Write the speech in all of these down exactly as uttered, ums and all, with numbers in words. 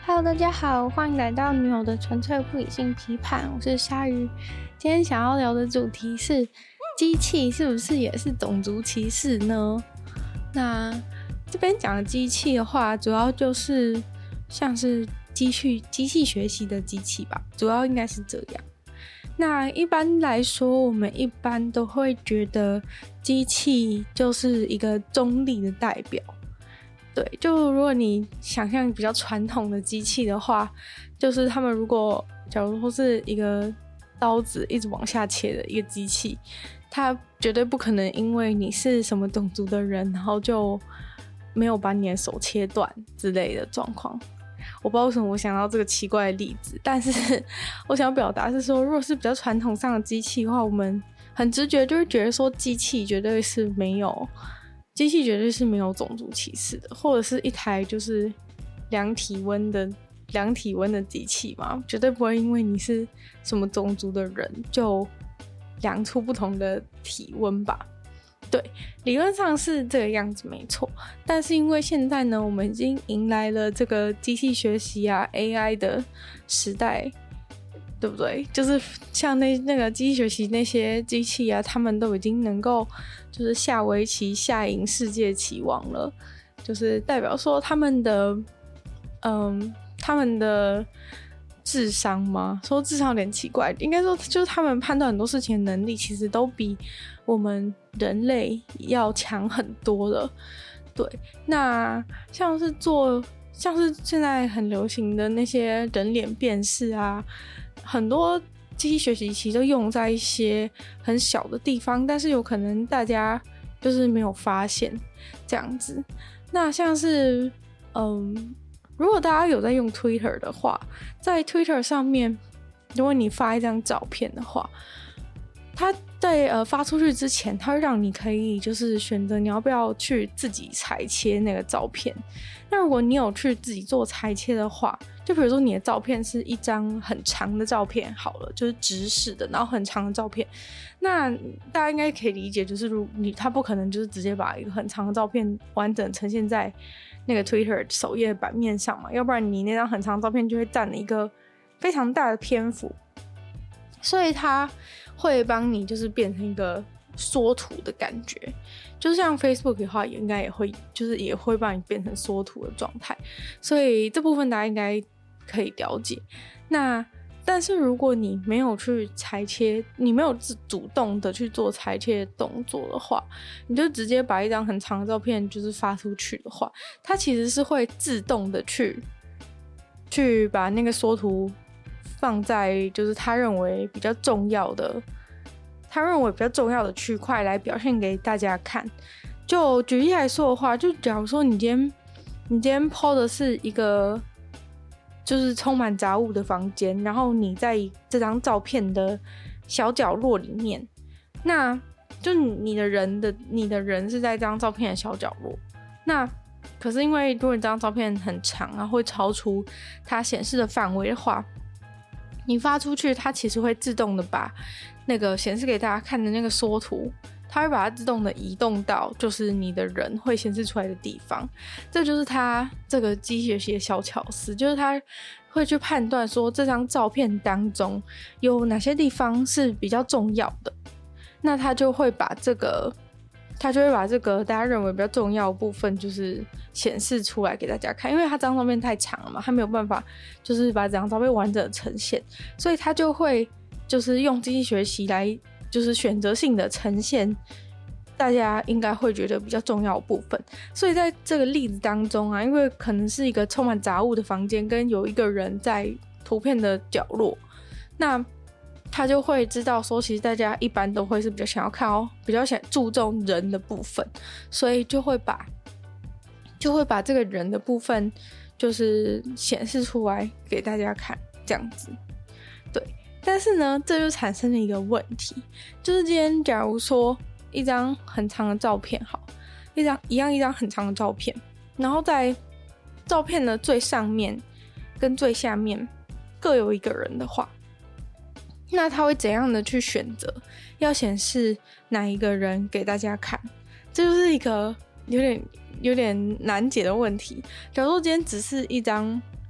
Hello， 大家好，欢迎来到女友的纯粹不理性批判，我是鲨鱼。今天想要聊的主题是机器是不是也是种族歧视呢？那这边讲的机器的话，主要就是像是机器机器学习的机器吧，主要应该是这样。那一般来说，我们一般都会觉得机器就是一个中立的代表。对，就如果你想象比较传统的机器的话，就是他们如果假如说是一个刀子一直往下切的一个机器，它绝对不可能因为你是什么种族的人，然后就没有把你的手切断之类的状况。我不知道为什么我想到这个奇怪的例子，但是我想要表达是说，如果是比较传统上的机器的话，我们很直觉就会觉得说机器绝对是没有机器绝对是没有种族歧视的，或者是一台就是量体温的量体温的机器嘛，绝对不会因为你是什么种族的人就量出不同的体温吧。对，理论上是这个样子没错，但是因为现在呢，我们已经迎来了这个机器学习啊 A I 的时代，对不对？就是像那那个机器学习那些机器啊，他们都已经能够就是下围棋下赢世界棋王了，就是代表说他们的嗯他们的智商吗？说智商有点奇怪，应该说就是他们判断很多事情的能力其实都比我们人类要强很多了。对，那像是做像是现在很流行的那些人脸辨识啊，很多机器学习其实都用在一些很小的地方，但是有可能大家就是没有发现这样子。那像是嗯如果大家有在用 Twitter 的话，在 Twitter 上面，如果你发一张照片的话，它在呃发出去之前，它会让你可以就是选择你要不要去自己裁切那个照片。那如果你有去自己做裁切的话，就比如说你的照片是一张很长的照片好了，就是直视的，然后很长的照片，那大家应该可以理解，就是如你他不可能就是直接把一个很长的照片完整呈现在那个 Twitter 首页版面上嘛，要不然你那张很长的照片就会占了一个非常大的篇幅，所以它会帮你就是变成一个缩图的感觉，就像 Facebook 的话，应该也会就是也会帮你变成缩图的状态，所以这部分大家应该可以了解。那但是如果你没有去裁切，你没有主动的去做裁切动作的话，你就直接把一张很长的照片就是发出去的话，它其实是会自动的去去把那个缩图放在就是他认为比较重要的他认为比较重要的区块来表现给大家看。就举例来说的话，就假如说你今天你今天 po 的是一个就是充满杂物的房间，然后你在这张照片的小角落里面，那就你的人的你的人是在这张照片的小角落，那可是因为如果你这张照片很长啊，会超出它显示的范围的话，你发出去它其实会自动的把那个显示给大家看的那个缩图，它会把它自动的移动到就是你的人会显示出来的地方。这就是它这个机器学习的小巧思，就是它会去判断说这张照片当中有哪些地方是比较重要的，那它就会把这个它就会把这个大家认为比较重要的部分就是显示出来给大家看，因为它这张照片太长了嘛，它没有办法就是把这张照片完整的呈现，所以它就会就是用机器学习来就是选择性的呈现大家应该会觉得比较重要的部分。所以在这个例子当中啊，因为可能是一个充满杂物的房间跟有一个人在图片的角落，那他就会知道说其实大家一般都会是比较想要看哦，比较想注重人的部分，所以就会把就会把这个人的部分就是显示出来给大家看这样子。对，但是呢这就产生了一个问题，就是今天假如说一张很长的照片，好，一张一样一张很长的照片，然后在照片的最上面跟最下面各有一个人的话，那他会怎样的去选择要显示哪一个人给大家看？这就是一个有点有点难解的问题。假如说今天只是一张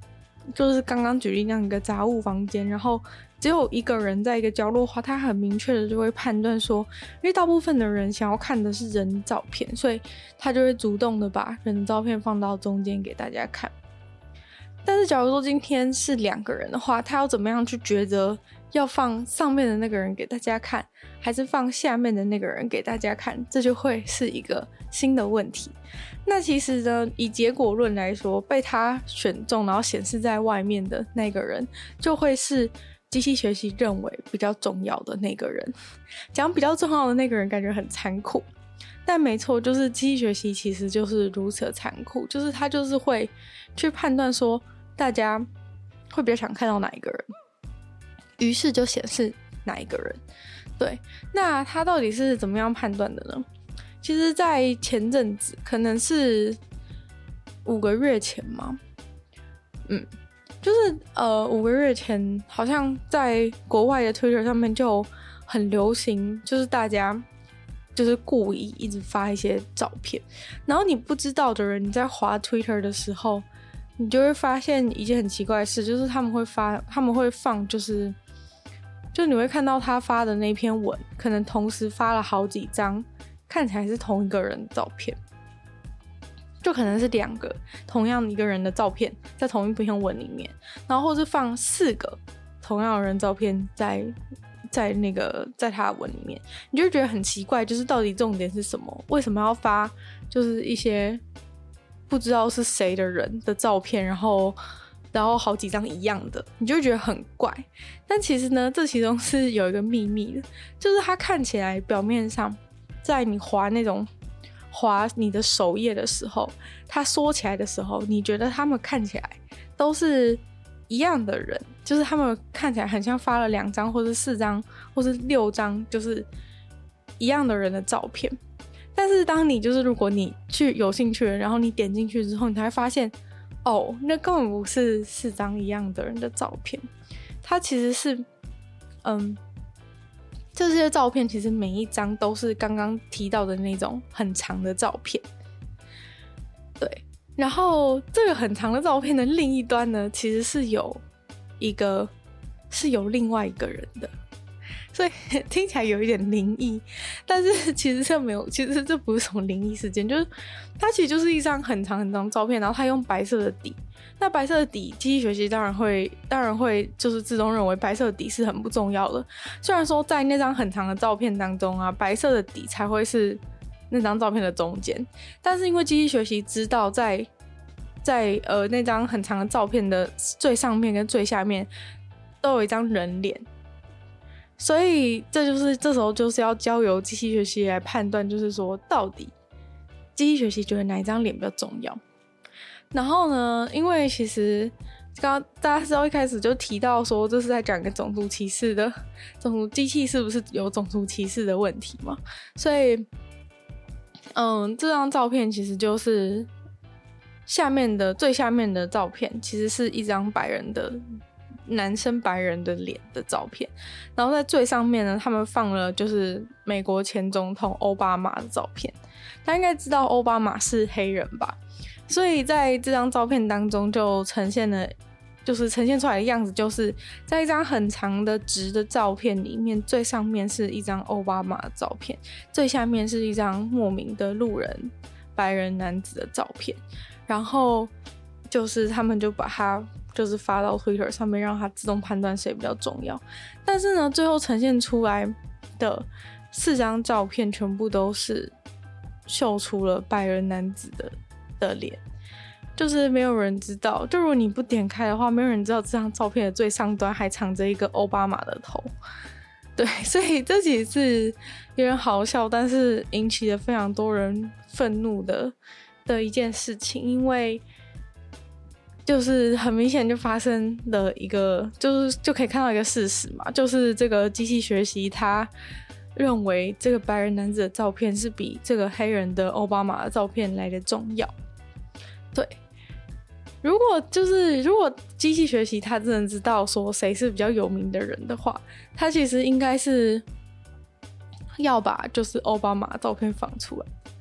就是刚刚举例那样一个杂物房间，然后只有一个人在一个角落的话，他很明确的就会判断说，因为大部分的人想要看的是人照片，所以他就会主动的把人照片放到中间给大家看。但是假如说今天是两个人的话，他要怎么样去抉择要放上面的那个人给大家看，还是放下面的那个人给大家看，这就会是一个新的问题。那其实呢，以结果论来说，被他选中然后显示在外面的那个人就会是机器学习认为比较重要的那个人。讲比较重要的那个人感觉很残酷，但没错，就是机器学习其实就是如此的残酷，就是他就是会去判断说大家会比较想看到哪一个人，于是就显示哪一个人。对，那他到底是怎么样判断的呢？其实在前阵子，可能是五个月前嘛，嗯，就是呃五个月前，好像在国外的 Twitter 上面就很流行，就是大家就是故意一直发一些照片，然后你不知道的人，你在滑 Twitter 的时候，你就会发现一件很奇怪的事，就是他们会发，他们会放，就是就你会看到他发的那篇文，可能同时发了好几张看起来是同一个人的照片，就可能是两个同样一个人的照片在同一篇文里面，然后或是放四个同样的人照片在在那个在他的文里面，你就会觉得很奇怪，就是到底重点是什么？为什么要发就是一些不知道是谁的人的照片，然后然后好几张一样的，你就会觉得很怪。但其实呢，这其中是有一个秘密的，就是它看起来表面上，在你滑那种滑你的首页的时候，它缩起来的时候，你觉得他们看起来都是一样的人，就是他们看起来很像发了两张或是四张或是六张就是一样的人的照片。但是当你就是如果你去有兴趣，然后你点进去之后，你才会发现哦，那根本不是四张一样的人的照片，它其实是嗯这些照片其实每一张都是刚刚提到的那种很长的照片。对，然后这个很长的照片的另一端呢，其实是有一个是有另外一个人的，所以听起来有一点灵异，但是其实这没有，其实这不是什么灵异事件，就是它其实就是一张很长很长的照片，然后它用白色的底，那白色的底机器学习当然会当然会就是自动认为白色的底是很不重要的，虽然说在那张很长的照片当中啊，白色的底才会是那张照片的中间，但是因为机器学习知道在在呃那张很长的照片的最上面跟最下面都有一张人脸，所以这就是这时候就是要交由机器学习来判断，就是说到底机器学习觉得哪一张脸比较重要。然后呢，因为其实刚刚大家知道一开始就提到说这是在讲一个种族歧视的种族机器是不是有种族歧视的问题嘛，所以嗯，这张照片其实就是下面的最下面的照片其实是一张白人的男生白人的脸的照片，然后在最上面呢，他们放了就是美国前总统奥巴马的照片。大家应该知道奥巴马是黑人吧，所以在这张照片当中就呈现了就是呈现出来的样子，就是在一张很长的直的照片里面，最上面是一张奥巴马的照片，最下面是一张莫名的路人白人男子的照片，然后就是他们就把它就是发到 Twitter 上面，让它自动判断谁比较重要。但是呢，最后呈现出来的四张照片全部都是秀出了白人男子的的脸，就是没有人知道，就如果你不点开的话，没有人知道这张照片的最上端还藏着一个奥巴马的头。对，所以这其实是有点好笑，但是引起了非常多人愤怒的的一件事情，因为就是很明显就发生了一个就是就可以看到一个事实嘛，就是这个机器学习它认为这个白人男子的照片是比这个黑人的奥巴马的照片来的重要。对，如果就是如果机器学习它真的知道说谁是比较有名的人的话，它其实应该是要把就是奥巴马的照片放出来，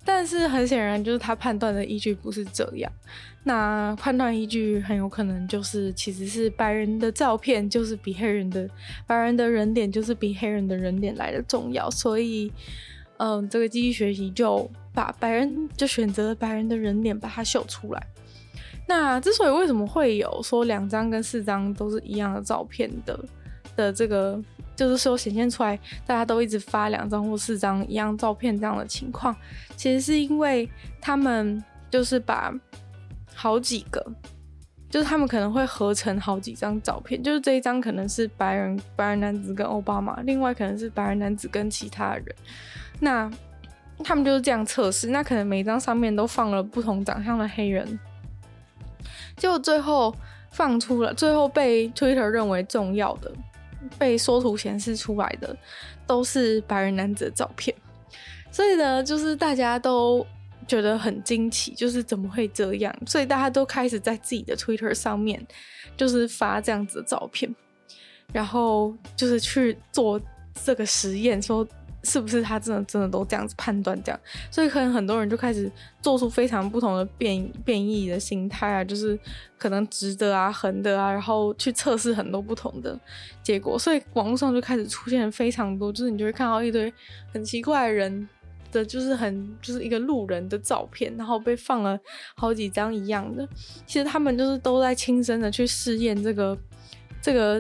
但是很显然就是他判断的依据不是这样，那判断依据很有可能就是其实是白人的照片就是比黑人的白人的人脸就是比黑人的人脸来的重要，所以嗯，这个机器学习就把白人就选择了白人的人脸把它秀出来。那之所以为什么会有说两张跟四张都是一样的照片的的这个就是说显现出来大家都一直发两张或四张一样照片这样的情况，其实是因为他们就是把好几个就是他们可能会合成好几张照片，就是这一张可能是白人白人男子跟奥巴马，另外可能是白人男子跟其他人，那他们就是这样测试，那可能每张上面都放了不同长相的黑人，结果最后放出了最后被 Twitter 认为重要的被缩图显示出来的都是白人男子的照片，所以呢就是大家都觉得很惊奇，就是怎么会这样，所以大家都开始在自己的 Twitter 上面就是发这样子的照片，然后就是去做这个实验，说是不是他真的真的都这样子判断这样，所以可能很多人就开始做出非常不同的变变异的形态啊，就是可能直的啊横的啊，然后去测试很多不同的结果，所以网络上就开始出现非常多，就是你就会看到一堆很奇怪的人的就是很就是一个路人的照片，然后被放了好几张一样的，其实他们就是都在亲身的去试验这个这个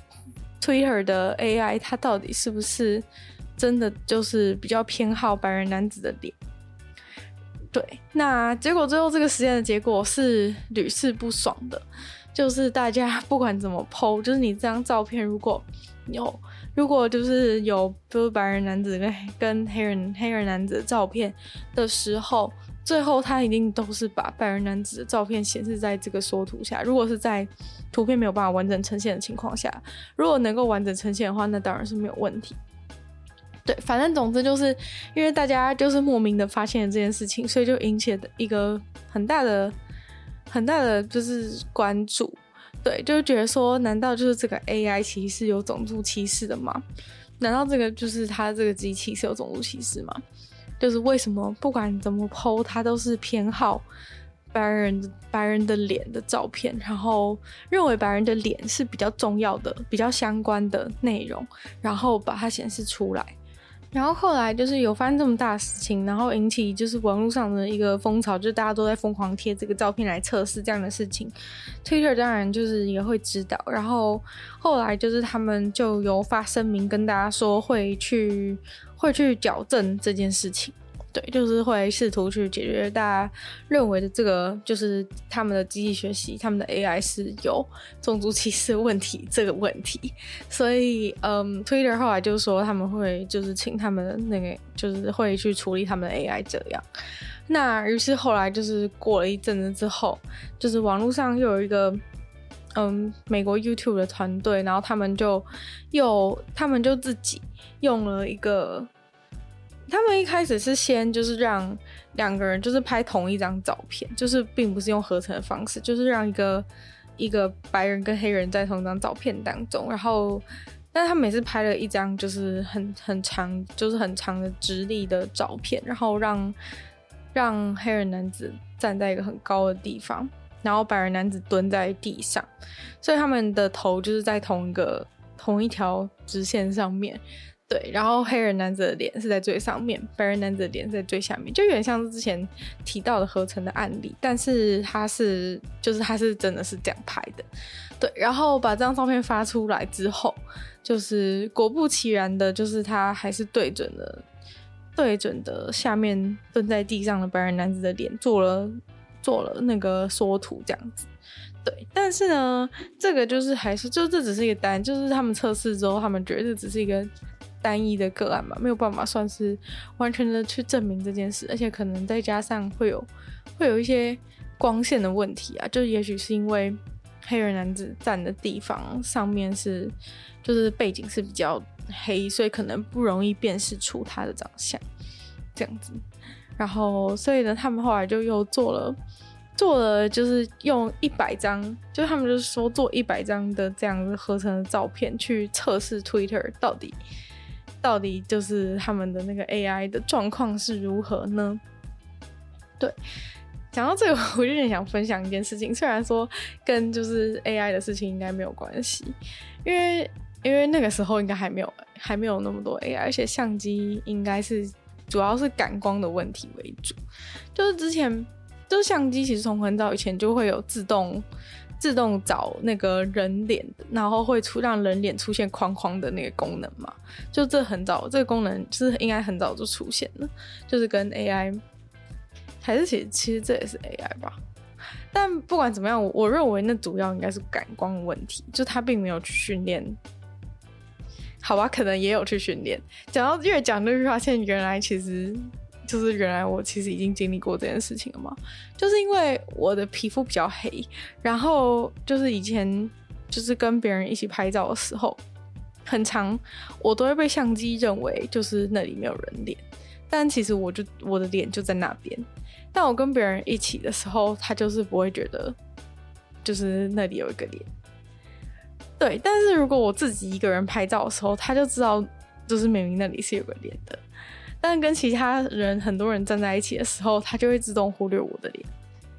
Twitter 的 A I 它到底是不是真的就是比较偏好白人男子的脸。对，那结果最后这个实验的结果是屡试不爽的，就是大家不管怎么 po， 就是你这张照片如果有如果就是有比如白人男子跟跟黑人黑人男子的照片的时候，最后他一定都是把白人男子的照片显示在这个缩图下，如果是在图片没有办法完整呈现的情况下，如果能够完整呈现的话，那当然是没有问题。对，反正总之就是因为大家就是莫名的发现了这件事情，所以就引起了一个很大的很大的就是关注。对，就是觉得说难道就是这个 A I 其实是有种族歧视的吗？难道这个就是它这个机器是有种族歧视吗？就是为什么不管怎么 po 它都是偏好白人白人的脸的照片，然后认为白人的脸是比较重要的比较相关的内容，然后把它显示出来。然后后来就是有发生这么大的事情，然后引起就是网络上的一个风潮，就是大家都在疯狂贴这个照片来测试这样的事情。Twitter 当然就是也会知道，然后后来就是他们就有发声明跟大家说会去会去矫正这件事情。对，就是会试图去解决大家认为的这个就是他们的机器学习他们的 A I 是有种族歧视问题这个问题，所以嗯 Twitter 后来就说他们会就是请他们的那个就是会去处理他们的 A I 这样。那于是后来就是过了一阵子之后，就是网络上又有一个嗯美国 YouTube 的团队，然后他们就又他们就自己用了一个他们一开始是先就是让两个人就是拍同一张照片，就是并不是用合成的方式，就是让一个一个白人跟黑人在同一张照片当中，然后但是他们每次拍了一张就是很很长就是很长的直立的照片，然后让让黑人男子站在一个很高的地方，然后白人男子蹲在地上，所以他们的头就是在同一个同一条直线上面。对，然后黑人男子的脸是在最上面，白人男子的脸是在最下面，就有点像是之前提到的合成的案例，但是他是就是他是真的是这样拍的。对，然后把这张照片发出来之后，就是果不其然的就是他还是对准了对准的下面蹲在地上的白人男子的脸做了做了那个缩图这样子。对，但是呢这个就是还是就这只是一个单就是他们测试之后他们觉得这只是一个单一的个案嘛，没有办法算是完全的去证明这件事，而且可能再加上会有会有一些光线的问题啊，就也许是因为黑人男子站的地方上面是就是背景是比较黑，所以可能不容易辨识出他的长相这样子。然后所以呢他们后来就又做了做了就是用一百张，就他们就是说做一百张的这样子合成的照片去测试 Twitter 到底到底就是他们的那个 A I 的状况是如何呢？ 对，讲到这个，我就有点想分享一件事情，虽然说跟就是 A I 的事情应该没有关系，因为因为那个时候应该还没有还没有那么多 A I， 而且相机应该是主要是感光的问题为主，就是之前就是相机其实从很早以前就会有自动自动找那个人脸，然后会出让人脸出现框框的那个功能嘛，就这很早这个功能就是应该很早就出现了，就是跟 A I 还是其实其实这也是 A I 吧，但不管怎么样，我我认为那主要应该是感光的问题，就他并没有去训练。好吧，可能也有去训练。讲到越讲就越发现，原来其实就是原来我其实已经经历过这件事情了嘛。就是因为我的皮肤比较黑，然后就是以前就是跟别人一起拍照的时候，很常我都会被相机认为就是那里没有人脸，但其实我就我的脸就在那边。但我跟别人一起的时候，他就是不会觉得就是那里有一个脸。对，但是如果我自己一个人拍照的时候，他就知道就是明明那里是有个脸的，但跟其他人很多人站在一起的时候，他就会自动忽略我的脸。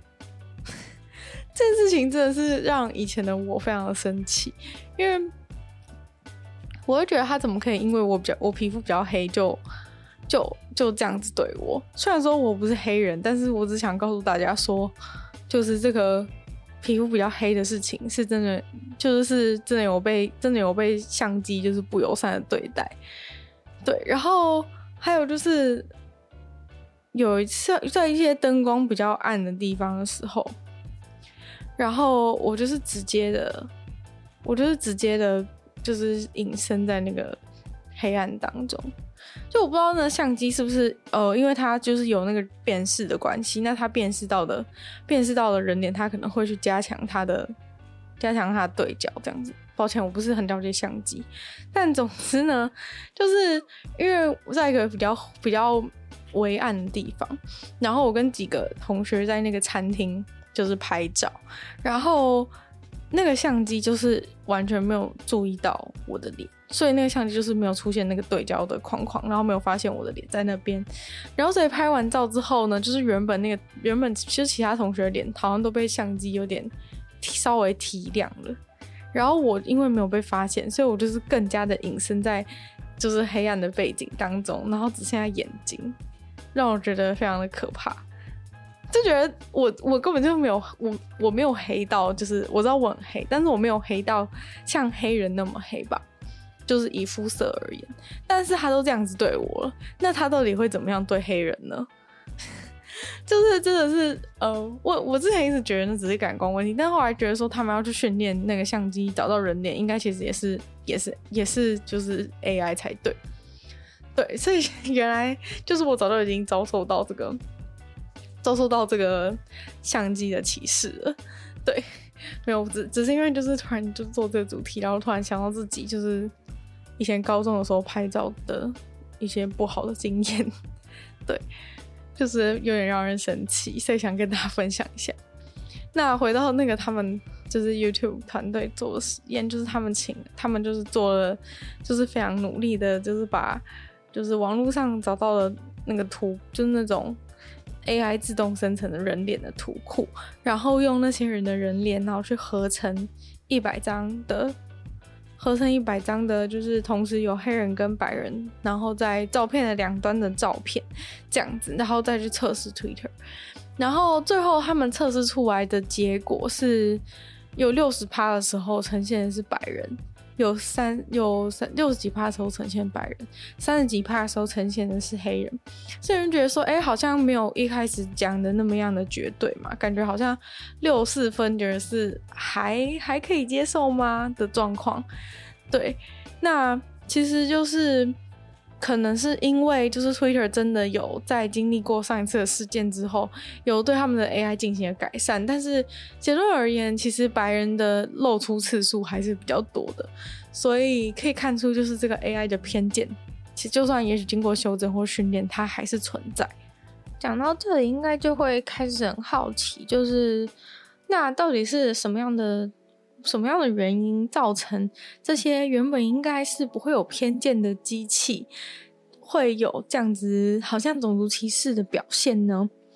这件事情真的是让以前的我非常的生气，因为我会觉得他怎么可以因为我比较我皮肤比较黑就就就这样子对我。虽然说我不是黑人，但是我只想告诉大家说，就是这个皮肤比较黑的事情是真的，就是真的有被真的有被相机就是不友善的对待。对，然后还有就是有一次在一些灯光比较暗的地方的时候，然后我就是直接的我就是直接的就是隐身在那个黑暗当中。就我不知道那相机是不是呃，因为它就是有那个辨识的关系，那它辨识到的辨识到的人脸，它可能会去加强它的加强它的对焦这样子。抱歉，我不是很了解相机，但总之呢，就是因为我在一个比较比较微暗的地方，然后我跟几个同学在那个餐厅就是拍照，然后那个相机就是完全没有注意到我的脸，所以那个相机就是没有出现那个对焦的框框，然后没有发现我的脸在那边。然后所以拍完照之后呢，就是原本那个原本其实其他同学的脸好像都被相机有点稍微提亮了。然后我因为没有被发现，所以我就是更加的隐身在就是黑暗的背景当中，然后只剩下眼睛，让我觉得非常的可怕。就觉得我我根本就没有我我没有黑到，就是我知道我很黑，但是我没有黑到像黑人那么黑吧，就是以肤色而言。但是他都这样子对我了，那他到底会怎么样对黑人呢？就是真的是呃，我我之前一直觉得那只是感光问题，但后来觉得说他们要去训练那个相机找到人脸，应该其实也是也是也是就是 A I 才对。对，所以原来就是我早就已经遭受到这个遭受到这个相机的歧视了。对，没有，只只是因为就是突然就做这个主题，然后突然想到自己就是以前高中的时候拍照的一些不好的经验。对，就是有点让人生气，所以想跟大家分享一下。那回到那个他们就是 YouTube 团队做的实验，就是他们请他们就是做了就是非常努力的，就是把就是网络上找到的那个图，就是那种 A I 自动生成的人脸的图库，然后用那些人的人脸，然后去合成一百张的合成一百张的，就是同时有黑人跟白人，然后在照片的两端的照片这样子，然后再去测试 Twitter。然后最后他们测试出来的结果是有 百分之六十 的时候呈现的是白人，有三有三六十几趴的时候呈现白人，三十几趴的时候呈现的是黑人。所以人觉得说，哎、欸，好像没有一开始讲的那么样的绝对嘛，感觉好像六四分觉得是还还可以接受吗的状况。对，那其实就是可能是因为就是 Twitter 真的有在经历过上一次的事件之后，有对他们的 A I 进行了改善，但是结论而言，其实白人的露出次数还是比较多的，所以可以看出就是这个 A I 的偏见，其实就算也许经过修正或训练，它还是存在。讲到这里，应该就会开始很好奇，就是那到底是什么样的什么样的原因造成这些原本应该是不会有偏见的机器会有这样子好像种族歧视的表现呢？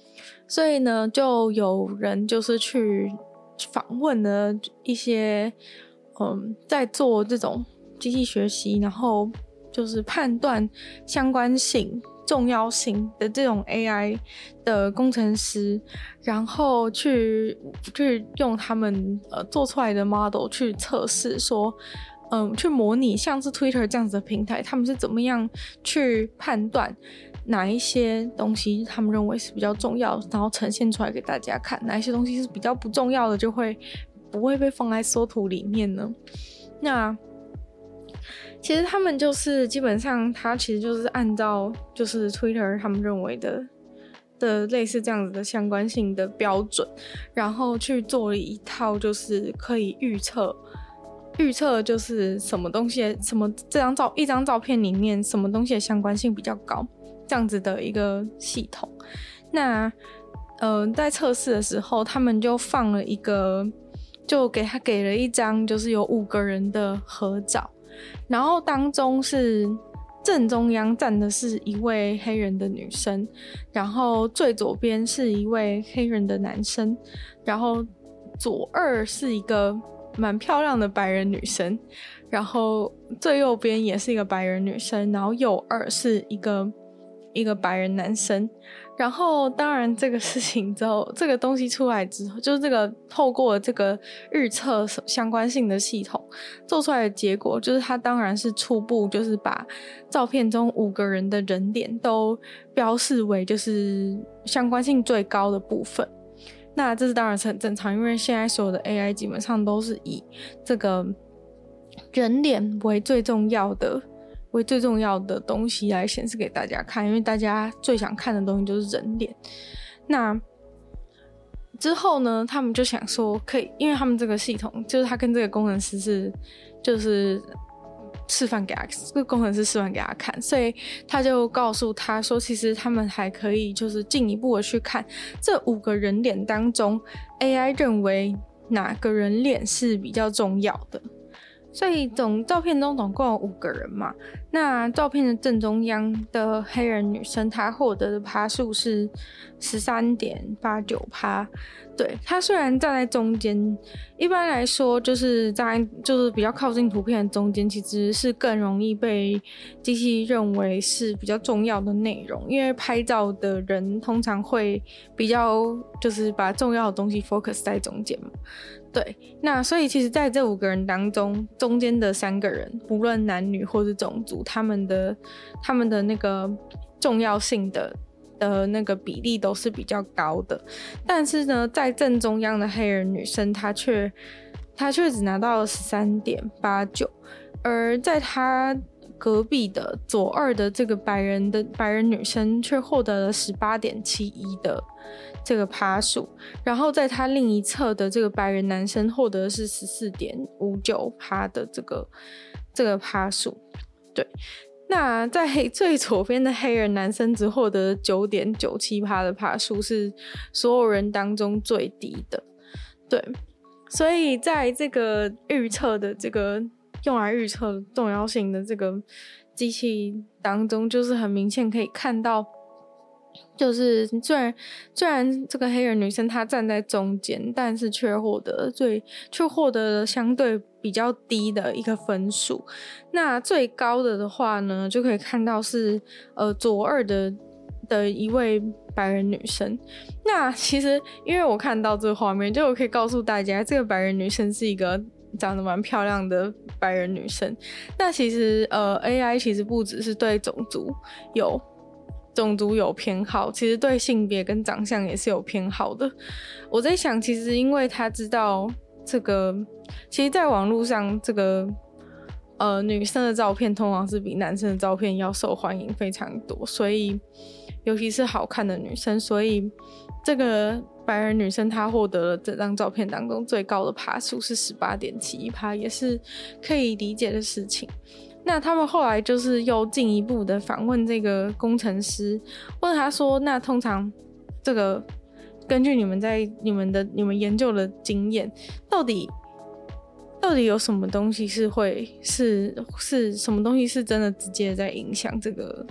所以呢，就有人就是去访问了一些嗯，在做这种机器学习，然后就是判断相关性、重要性的这种 A I 的工程师，然后去去用他们呃做出来的 model 去测试说，嗯，去模拟像是 Twitter 这样子的平台，他们是怎么样去判断哪一些东西他们认为是比较重要，然后呈现出来给大家看，哪一些东西是比较不重要的，就会不会被放在缩图里面呢？那其实他们就是基本上，他其实就是按照就是 Twitter 他们认为的的类似这样子的相关性的标准，然后去做了一套就是可以预测预测就是什么东西什么这张照一张照片里面什么东西的相关性比较高这样子的一个系统。那呃在测试的时候，他们就放了一个，就给他给了一张就是有五个人的合照，然后当中是正中央站的是一位黑人的女生，然后最左边是一位黑人的男生，然后左二是一个蛮漂亮的白人女生，然后最右边也是一个白人女生，然后右二是一个一个白人男生。然后当然这个事情之后，这个东西出来之后，就是这个透过这个预测相关性的系统做出来的结果，就是它当然是初步就是把照片中五个人的人脸都标示为就是相关性最高的部分。那这是当然是很正常，因为现在所有的 A I 基本上都是以这个人脸为最重要的为最重要的东西来显示给大家看，因为大家最想看的东西就是人脸。那之后呢，他们就想说可以，因为他们这个系统就是他跟这个工程师是就是示范给他，这个工程师示范给他看，所以他就告诉他说，其实他们还可以就是进一步的去看这五个人脸当中 A I 认为哪个人脸是比较重要的。所以总照片中总共有五个人嘛，那照片的正中央的黑人女生，她获得的趴数是 十三点八九趴。对，她虽然站在中间，一般来说就是在就是比较靠近图片的中间，其实是更容易被机器认为是比较重要的内容，因为拍照的人通常会比较就是把重要的东西 focus 在中间嘛。对，那所以其实在这五个人当中，中间的三个人无论男女或是种族，他们的他们的那个重要性的的那个比例都是比较高的。但是呢，在正中央的黑人女生，她却她却只拿到了 十三点八九， 而在她隔壁的左二的这个白人的白人女生却获得了 十八点七一 的这个趴数，然后在他另一侧的这个白人男生获得的是 十四点五九 趴的这个这个趴数。对，那在黑最左边的黑人男生只获得 九点九七 趴的趴数，是所有人当中最低的。对，所以在这个预测的这个用来预测重要性的这个机器当中，就是很明显可以看到，就是虽然虽然这个黑人女生她站在中间，但是却获得最却获得了相对比较低的一个分数。那最高的的话呢，就可以看到是呃左二的的一位白人女生。那其实因为我看到这个画面，就我可以告诉大家，这个白人女生是一个长得蛮漂亮的白人女生。那其实呃 A I 其实不只是对种族有种族有偏好，其实对性别跟长相也是有偏好的。我在想，其实因为他知道这个，其实在网络上这个呃女生的照片通常是比男生的照片要受欢迎非常多，所以尤其是好看的女生，所以这个白人女生她获得了这张照片当中最高的趴数是 十八点七一 趴，也是可以理解的事情。那他们后来就是又进一步的访问这个工程师，问他说，那通常这个根据你们在你们的你们研究的经验，到底到底有什么东西是会是是什么东西是真的直接在影响这个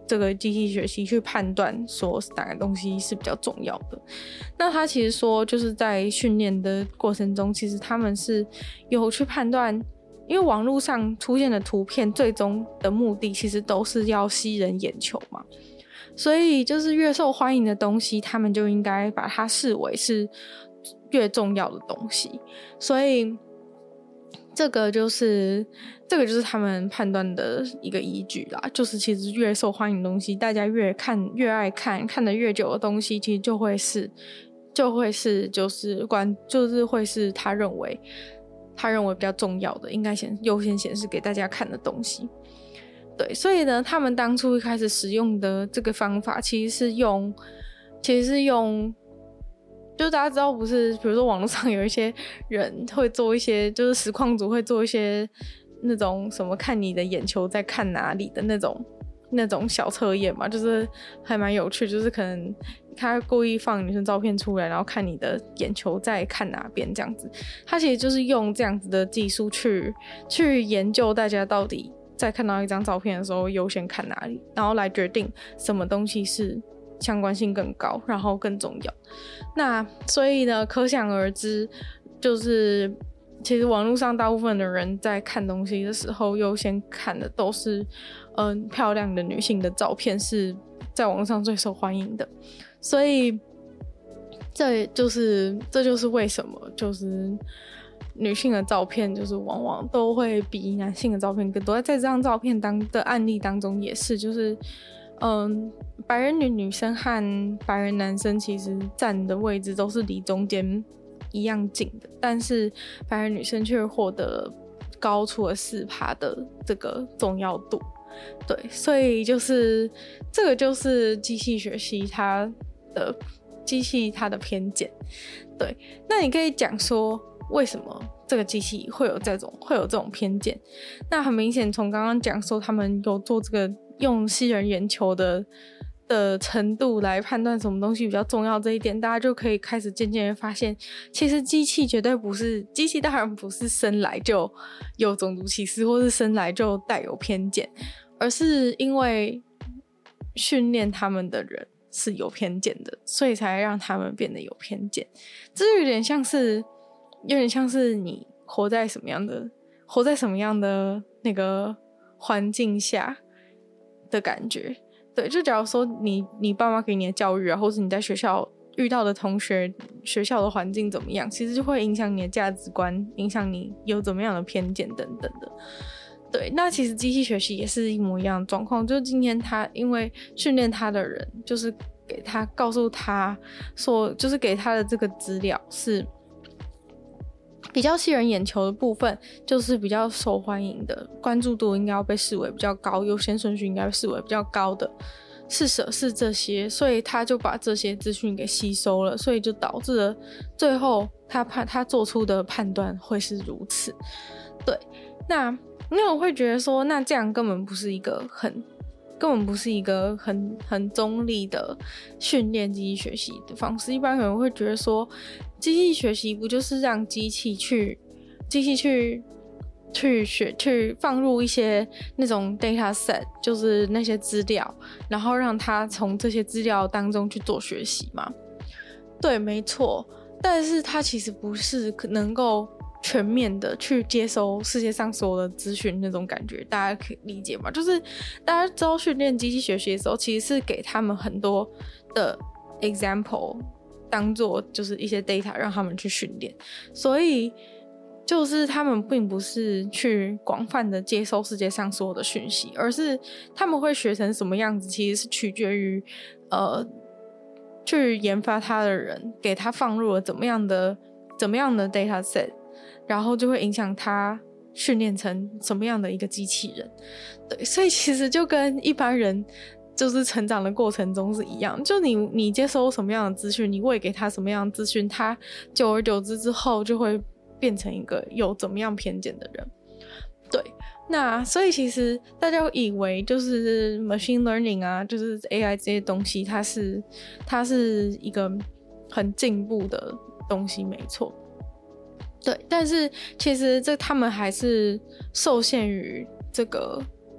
这个机器学习去判断说哪个东西是比较重要的。那他其实说就是在训练的过程中，其实他们是有去判断，因为网络上出现的图片最终的目的其实都是要吸人眼球嘛，所以就是越受欢迎的东西他们就应该把它视为是越重要的东西，所以这个就是这个就是他们判断的一个依据啦，就是其实越受欢迎的东西大家越看越爱看看得越久的东西，其实就会是就会是就是关就是会是他认为他认为比较重要的应该显优先显示给大家看的东西。对，所以呢他们当初一开始使用的这个方法其实是用其实是用就大家知道不是比如说网络上有一些人会做一些就是实况组会做一些那种什么看你的眼球在看哪里的那种那种小测验嘛，就是还蛮有趣，就是可能他故意放女生照片出来然后看你的眼球在看哪边这样子，他其实就是用这样子的技术去去研究大家到底在看到一张照片的时候优先看哪里，然后来决定什么东西是相关性更高然后更重要。那所以呢可想而知，就是其实网络上大部分的人在看东西的时候优先看的都是嗯、呃、漂亮的女性的照片是在网络上最受欢迎的，所以这就是这就是为什么就是女性的照片就是往往都会比男性的照片更多。在这张照片当的案例当中也是，就是嗯，白人女女生和白人男生其实站的位置都是离中间一样近的，但是白人女生却获得高出了 百分之四 的这个重要度。对，所以就是这个就是机器学习它的机器它的偏见。对，那你可以讲说为什么这个机器会有这种会有这种偏见？那很明显从刚刚讲说他们有做这个用吸人眼球的的程度来判断什么东西比较重要，这一点大家就可以开始渐渐的发现，其实机器绝对不是机器当然不是生来就有种族歧视或是生来就带有偏见，而是因为训练他们的人是有偏见的，所以才让他们变得有偏见。这就有点像是有点像是你活在什么样的活在什么样的那个环境下的感觉。对，就假如说你你爸妈给你的教育啊，或是你在学校遇到的同学学校的环境怎么样，其实就会影响你的价值观，影响你有怎么样的偏见等等的。对，那其实机器学习也是一模一样的状况，就是今天他因为训练他的人就是给他告诉他说，就是给他的这个资料是比较吸人眼球的部分，就是比较受欢迎的，关注度应该要被视为比较高，优先顺序应该被视为比较高的是舍是这些，所以他就把这些资讯给吸收了，所以就导致了最后他判他做出的判断会是如此。对，那那我会觉得说，那这样根本不是一个很根本不是一个很很中立的训练机器学习的方式。一般人会觉得说，机器学习不就是让机器去机器去去学去放入一些那种 data set， 就是那些资料，然后让它从这些资料当中去做学习嘛？对，没错。但是它其实不是能够全面的去接收世界上所有的资讯那种感觉，大家可以理解吗？就是大家知道训练机器学习的时候，其实是给他们很多的 example 当做就是一些 data 让他们去训练，所以就是他们并不是去广泛的接收世界上所有的讯息，而是他们会学成什么样子其实是取决于呃去研发它的人给他放入了怎么样的怎么样的 data set， 然后就会影响他训练成什么样的一个机器人。对，所以其实就跟一般人就是成长的过程中是一样，就你你接收什么样的资讯，你喂给他什么样的资讯，他久而久之之后就会变成一个有怎么样偏见的人。对，那所以其实大家以为就是 machine learning 啊，就是 A I 这些东西，它是它是一个很进步的东西，没错。对，但是其实这他们还是受限于这个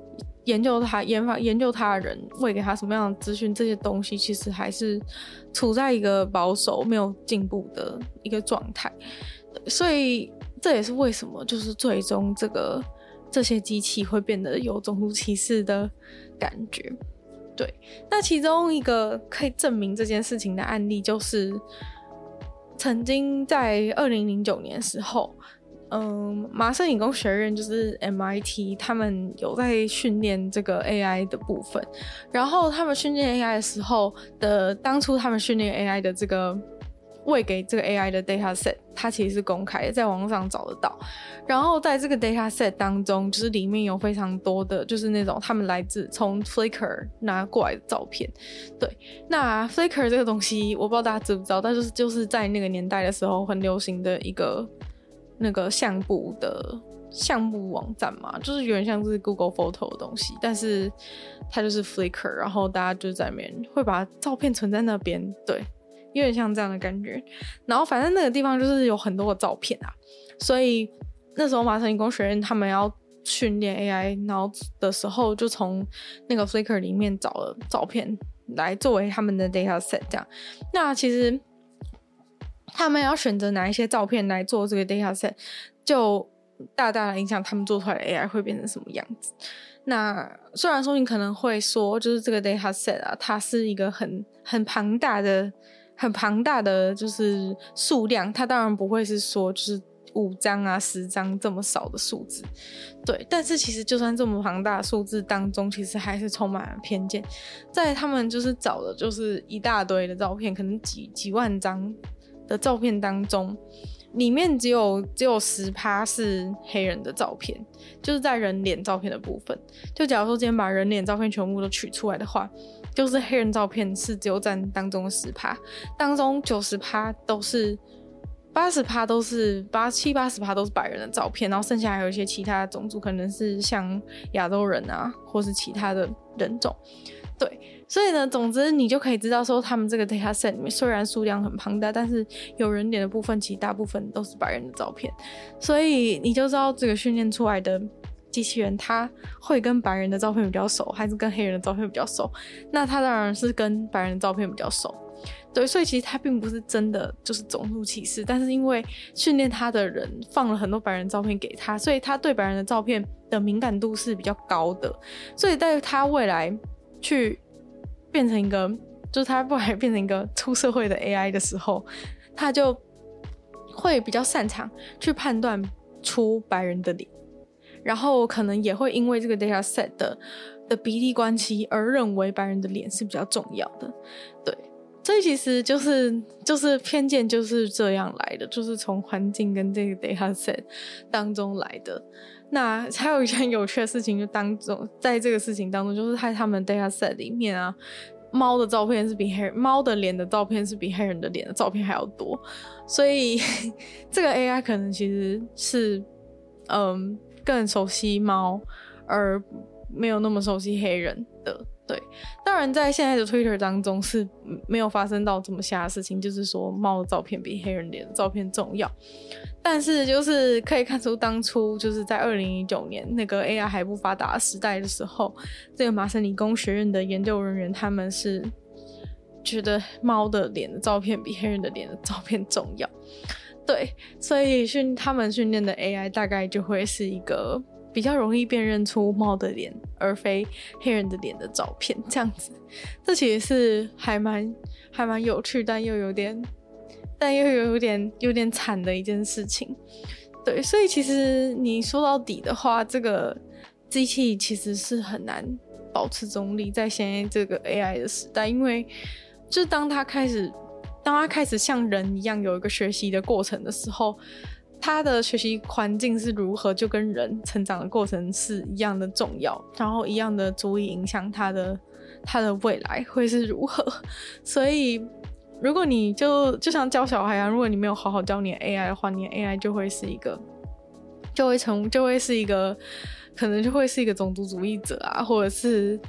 研究它、研发、研究它的人喂给他什么样的资讯，这些东西其实还是处在一个保守、没有进步的一个状态。所以这也是为什么就是最终这个这些机器会变得有种族歧视的感觉。对，那其中一个可以证明这件事情的案例，就是曾经在二零零九年的时候，嗯，麻省理工学院就是 M I T， 他们有在训练这个 A I 的部分。然后他们训练 A I 的时候的，当初他们训练 A I 的这个喂给这个 A I 的 dataset， 它其实是公开的，在网上找得到。然后在这个 dataset 当中，就是里面有非常多的就是那种他们来自从 Flickr 拿过来的照片。对，那 Flickr 这个东西我不知道大家知不知道，但就是就是在那个年代的时候很流行的一个那个相簿的相簿网站嘛，就是有点像是 Google Photo 的东西，但是它就是 Flickr， 然后大家就在那边会把照片存在那边，对，有点像这样的感觉。然后反正那个地方就是有很多的照片啊，所以那时候麻省理工学院他们要训练 A I 然后的时候，就从那个 Flickr 里面找了照片来作为他们的 dataset 这样。那其实他们要选择哪一些照片来做这个 dataset， 就大大的影响他们做出来的 A I 会变成什么样子。那虽然说你可能会说，就是这个 dataset 啊，它是一个很很庞大的、很庞大的就是数量，它当然不会是说就是五张啊、十张这么少的数字，对。但是其实就算这么庞大的数字当中，其实还是充满了偏见。在他们就是找的就是一大堆的照片，可能几几万张的照片当中，里面只有只有 百分之十 是黑人的照片，就是在人脸照片的部分。就假如说今天把人脸照片全部都取出来的话，就是黑人照片是只有占当中的 百分之十， 当中 百分之九十 都是八十趴都是八七八十趴都是白人的照片，然后剩下还有一些其他的种族，可能是像亚洲人啊，或是其他的人种。对，所以呢，总之你就可以知道说，他们这个 dataset 里面虽然数量很庞大，但是有人脸的部分其实大部分都是白人的照片，所以你就知道这个训练出来的机器人它会跟白人的照片比较熟，还是跟黑人的照片比较熟。那它当然是跟白人的照片比较熟。对，所以其实它并不是真的就是种族歧视，但是因为训练它的人放了很多白人照片给他，所以他对白人的照片的敏感度是比较高的，所以在他未来去变成一个就是他未来变成一个出社会的 A I 的时候，他就会比较擅长去判断出白人的脸，然后可能也会因为这个 dataset 的的比例关系而认为白人的脸是比较重要的。对，所以其实就是就是偏见就是这样来的，就是从环境跟这个 dataset 当中来的。那还有一件有趣的事情，就当中在这个事情当中，就是在他们 dataset 里面啊，猫的照片是比黑人猫的脸的照片是比黑人的脸的照片还要多，所以这个 A I 可能其实是嗯更熟悉猫，而没有那么熟悉黑人的。对，当然在现在的 Twitter 当中是没有发生到这么瞎的事情，就是说猫的照片比黑人脸的照片重要。但是就是可以看出，当初就是在二零一九年那个 A I 还不发达的时代的时候，这个麻省理工学院的研究人员他们是觉得猫的脸的照片比黑人的脸的照片重要。对，所以训他们训练的 A I 大概就会是一个比较容易辨认出猫的脸而非黑人的脸的照片，这样子。这其实是还蛮还蛮有趣，但又有点但又有点有点惨的一件事情。对，所以其实你说到底的话，这个机器其实是很难保持中立在现在这个 A I 的时代，因为就是当它开始当它开始像人一样有一个学习的过程的时候，他的学习环境是如何，就跟人成长的过程是一样的重要，然后一样的足以影响他的他的未来会是如何。所以如果你就就像教小孩啊，如果你没有好好教你的 A I 的话，你的 A I 就会是一个就会成就会是一个可能就会是一个种族主义者啊，或者是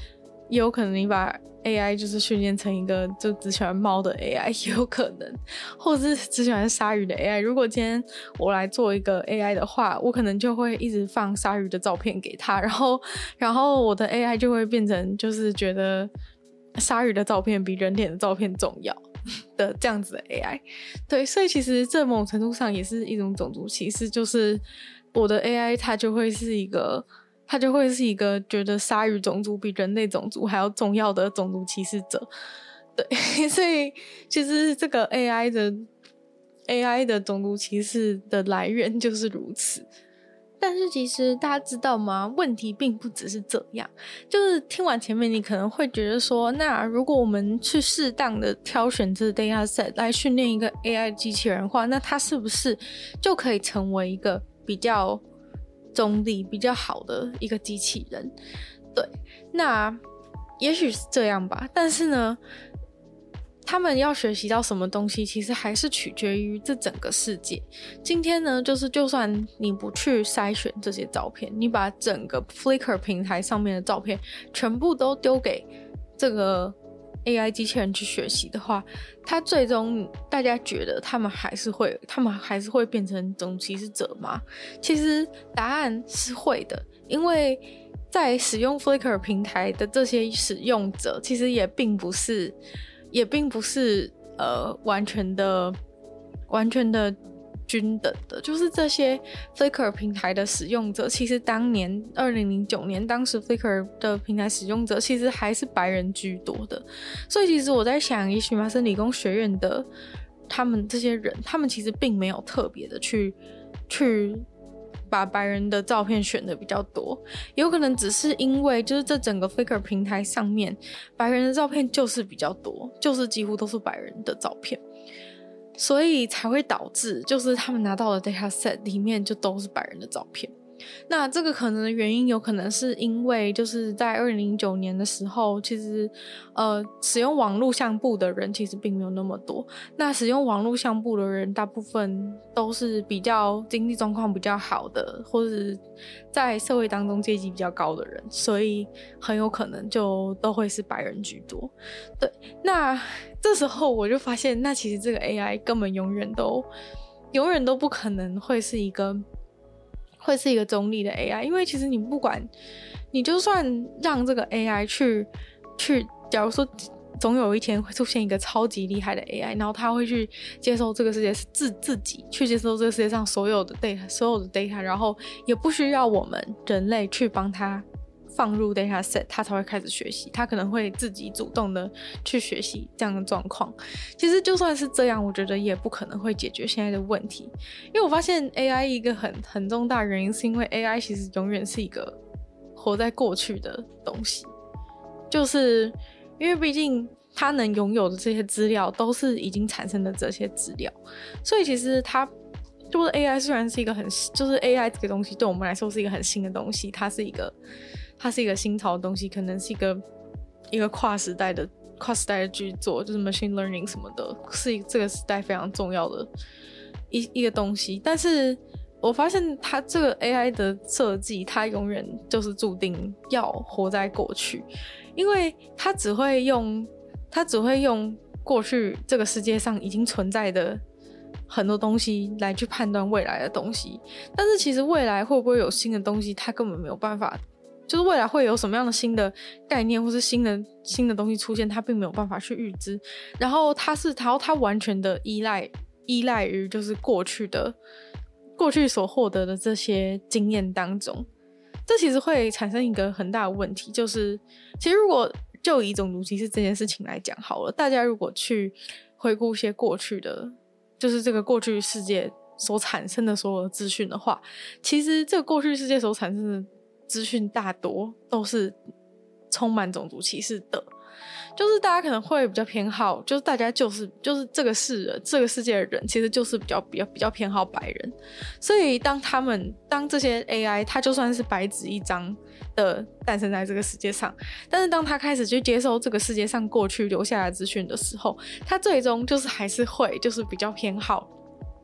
也有可能你把 A I 就是训练成一个就只喜欢猫的 A I 也有可能，或者是只喜欢鲨鱼的 A I。 如果今天我来做一个 A I 的话，我可能就会一直放鲨鱼的照片给他，然后然后我的 A I 就会变成就是觉得鲨鱼的照片比人脸的照片重要的这样子的 A I。 对，所以其实这某种程度上也是一种种族歧视，就是我的 A I 它就会是一个它就会是一个觉得鲨鱼种族比人类种族还要重要的种族歧视者。对，所以其实这个 A I 的 A I 的种族歧视的来源就是如此。但是其实大家知道吗？问题并不只是这样。就是听完前面，你可能会觉得说，那如果我们去适当的挑选这 data set 来训练一个 A I 机器人的话，那它是不是就可以成为一个比较中立比较好的一个机器人？对，那也许是这样吧，但是呢他们要学习到什么东西其实还是取决于这整个世界。今天呢，就是就算你不去筛选这些照片，你把整个 Flickr 平台上面的照片全部都丢给这个 A I 机器人去学习的话，它最终大家觉得他们还是会他们还是会变成种族歧视者吗？其实答案是会的，因为在使用 Flickr 平台的这些使用者其实也并不是也并不是呃完全的完全的均等的，就是这些 Flickr 平台的使用者，其实当年二零零九年当时 Flickr 的平台使用者其实还是白人居多的。所以其实我在想，也许麻省理工学院的他们这些人，他们其实并没有特别的去去把白人的照片选的比较多，有可能只是因为就是这整个 Flickr 平台上面白人的照片就是比较多，就是几乎都是白人的照片，所以才会导致就是他们拿到的 data set 里面就都是白人的照片。那这个可能的原因有可能是因为就是在二零零九年的时候，其实呃使用网络相簿的人其实并没有那么多，那使用网络相簿的人大部分都是比较经济状况比较好的，或者是在社会当中阶级比较高的人，所以很有可能就都会是白人居多。对，那这时候我就发现，那其实这个 A I 根本永远都永远都不可能会是一个会是一个中立的 A I， 因为其实你不管你就算让这个 A I 去去假如说总有一天会出现一个超级厉害的 A I， 然后他会去接受这个世界自自己去接受这个世界上所有的 data 所有的 data， 然后也不需要我们人类去帮他放入 data set， 他才会开始学习，他可能会自己主动的去学习这样的状况。其实就算是这样，我觉得也不可能会解决现在的问题，因为我发现 A I 一个很很重大的原因是因为 A I 其实永远是一个活在过去的东西，就是因为毕竟它能拥有的这些资料都是已经产生的这些资料，所以其实它就是 A I 虽然是一个很就是 A I 这个东西对我们来说是一个很新的东西，它是一个它是一个新潮的东西，可能是一个一个跨时代的跨时代的巨作，就是 machine learning 什么的，是这个时代非常重要的一一个东西。但是我发现它这个 A I 的设计，它永远就是注定要活在过去，因为它只会用它只会用过去这个世界上已经存在的很多东西来去判断未来的东西，但是其实未来会不会有新的东西，它根本没有办法，就是未来会有什么样的新的概念或是新的新的东西出现，它并没有办法去预知。然后它是，然后它完全的依赖依赖于就是过去的过去所获得的这些经验当中，这其实会产生一个很大的问题，就是其实如果就以种族歧视这件事情来讲好了，大家如果去回顾一些过去的，就是这个过去世界所产生的所有的资讯的话，其实这个过去世界所产生的资讯大多都是充满种族歧视的，就是大家可能会比较偏好，就是大家就是就是这个世人这个世界的人其实就是比较比较比较偏好白人，所以当他们当这些 A I 它就算是白纸一张的诞生在这个世界上，但是当他开始去接受这个世界上过去留下来的资讯的时候，他最终就是还是会就是比较偏好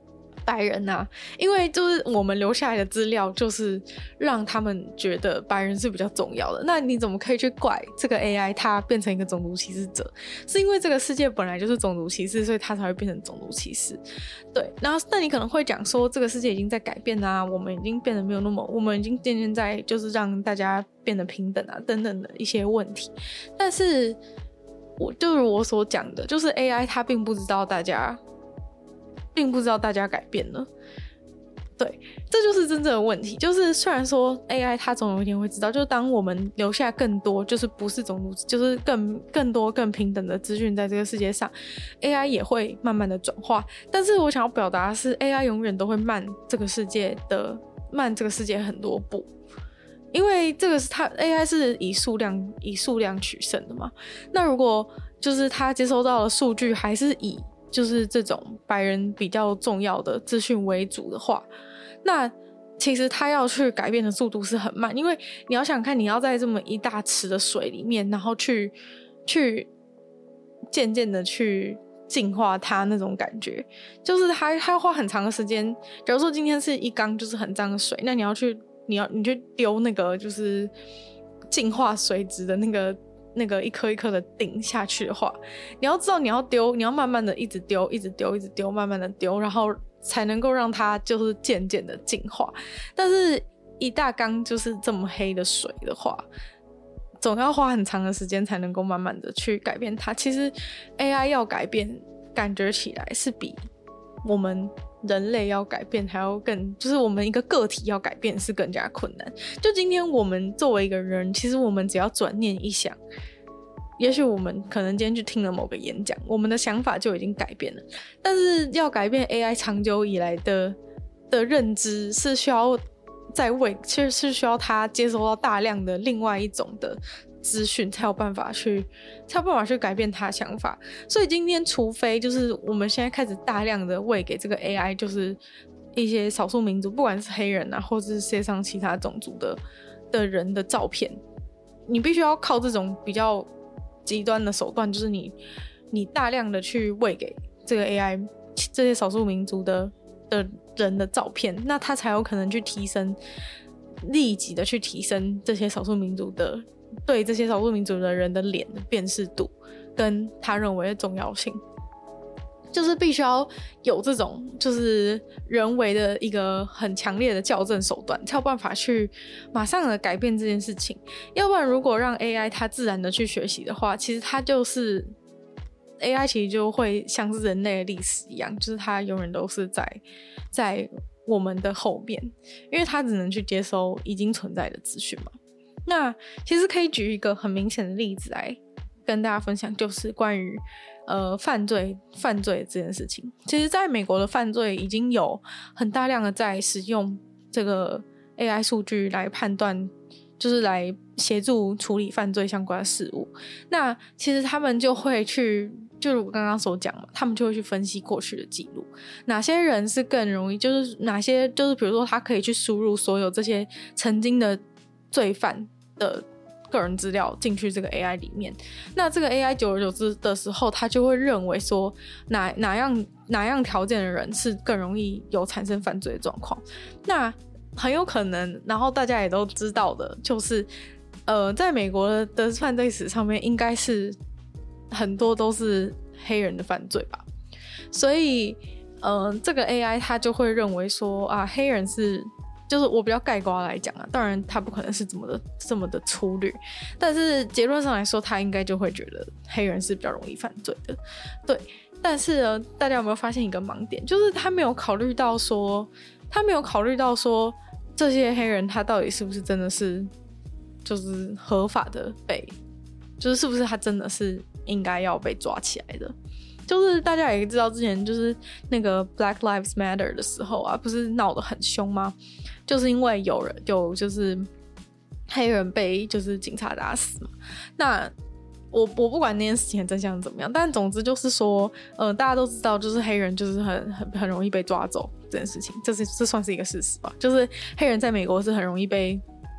白人啊，因为就是我们留下来的资料就是让他们觉得白人是比较重要的，那你怎么可以去怪这个 A I 它变成一个种族歧视者？是因为这个世界本来就是种族歧视，所以它才会变成种族歧视。对，然后那你可能会讲说这个世界已经在改变啊，我们已经变得没有那么，我们已经渐渐在就是让大家变得平等啊等等的一些问题，但是我就是我所讲的，就是 A I 它并不知道大家并不知道大家改变了。对，这就是真正的问题。就是虽然说 A I 它总有一天会知道，就是当我们留下更多就是不是种族，就是更更多更平等的资讯在这个世界上， A I 也会慢慢的转化。但是我想要表达的是 A I 永远都会慢这个世界的慢这个世界很多步，因为这个是它 A I 是以数量以数量取胜的嘛。那如果就是它接收到的数据还是以就是这种白人比较重要的资讯为主的话，那其实他要去改变的速度是很慢，因为你要想看，你要在这么一大池的水里面，然后去去渐渐的去净化它那种感觉，就是他他要花很长的时间。假如说今天是一缸就是很脏的水，那你要去你要你去丢那个就是净化水质的那个那个一颗一颗的顶下去的话，你要知道你要丢，你要慢慢的一直丢一直丢一直丢慢慢的丢，然后才能够让它就是渐渐的净化。但是一大缸就是这么黑的水的话，总要花很长的时间才能够慢慢的去改变它。其实 A I 要改变感觉起来是比我们人类要改变还要更，就是我们一个个体要改变是更加困难。就今天我们作为一个人，其实我们只要转念一想，也许我们可能今天去听了某个演讲，我们的想法就已经改变了。但是要改变 A I 长久以来的的认知，是需要在为其实是需要它接收到大量的另外一种的资讯，才有办法去才有办法去改变他的想法。所以今天除非就是我们现在开始大量的喂给这个 A I 就是一些少数民族，不管是黑人啊或者是世界上其他种族的的人的照片，你必须要靠这种比较极端的手段，就是你你大量的去喂给这个 A I 这些少数民族的的人的照片，那他才有可能去提升立即的去提升这些少数民族的对这些少数民族的人的脸的辨识度跟他认为的重要性。就是必须要有这种就是人为的一个很强烈的校正手段，才有办法去马上的改变这件事情。要不然如果让 A I 它自然的去学习的话，其实它就是 A I 其实就会像是人类的历史一样，就是它永远都是在在我们的后面，因为它只能去接收已经存在的资讯嘛。那其实可以举一个很明显的例子来跟大家分享，就是关于呃犯罪犯罪这件事情。其实在美国的犯罪已经有很大量的在使用这个 A I 数据来判断，就是来协助处理犯罪相关的事物。那其实他们就会去就如我刚刚所讲嘛，他们就会去分析过去的记录，哪些人是更容易，就是哪些就是比如说他可以去输入所有这些曾经的罪犯的个人资料进去这个 A I 里面，那这个 A I 久而久之的时候，他就会认为说哪哪样哪样条件的人是更容易有产生犯罪的状况。那很有可能，然后大家也都知道的，就是呃，在美国的犯罪史上面，应该是很多都是黑人的犯罪吧。所以呃，这个 A I 它就会认为说啊，黑人是。就是我比较概括来讲啊，当然他不可能是这么的这么的粗略，但是结论上来说，他应该就会觉得黑人是比较容易犯罪的，对。但是呢，大家有没有发现一个盲点，就是他没有考虑到说，他没有考虑到说，这些黑人他到底是不是真的是就是合法的被，就是是不是他真的是应该要被抓起来的。就是大家也知道之前就是那个 Black Lives Matter 的时候啊，不是闹得很凶吗？就是因为有人有就是黑人被就是警察打死嘛。那我我不管那件事情的真相怎么样，但总之就是说，呃，大家都知道，就是黑人就是很很很容易被抓走这件事情，这是这算是一个事实吧？就是黑人在美国是很容易被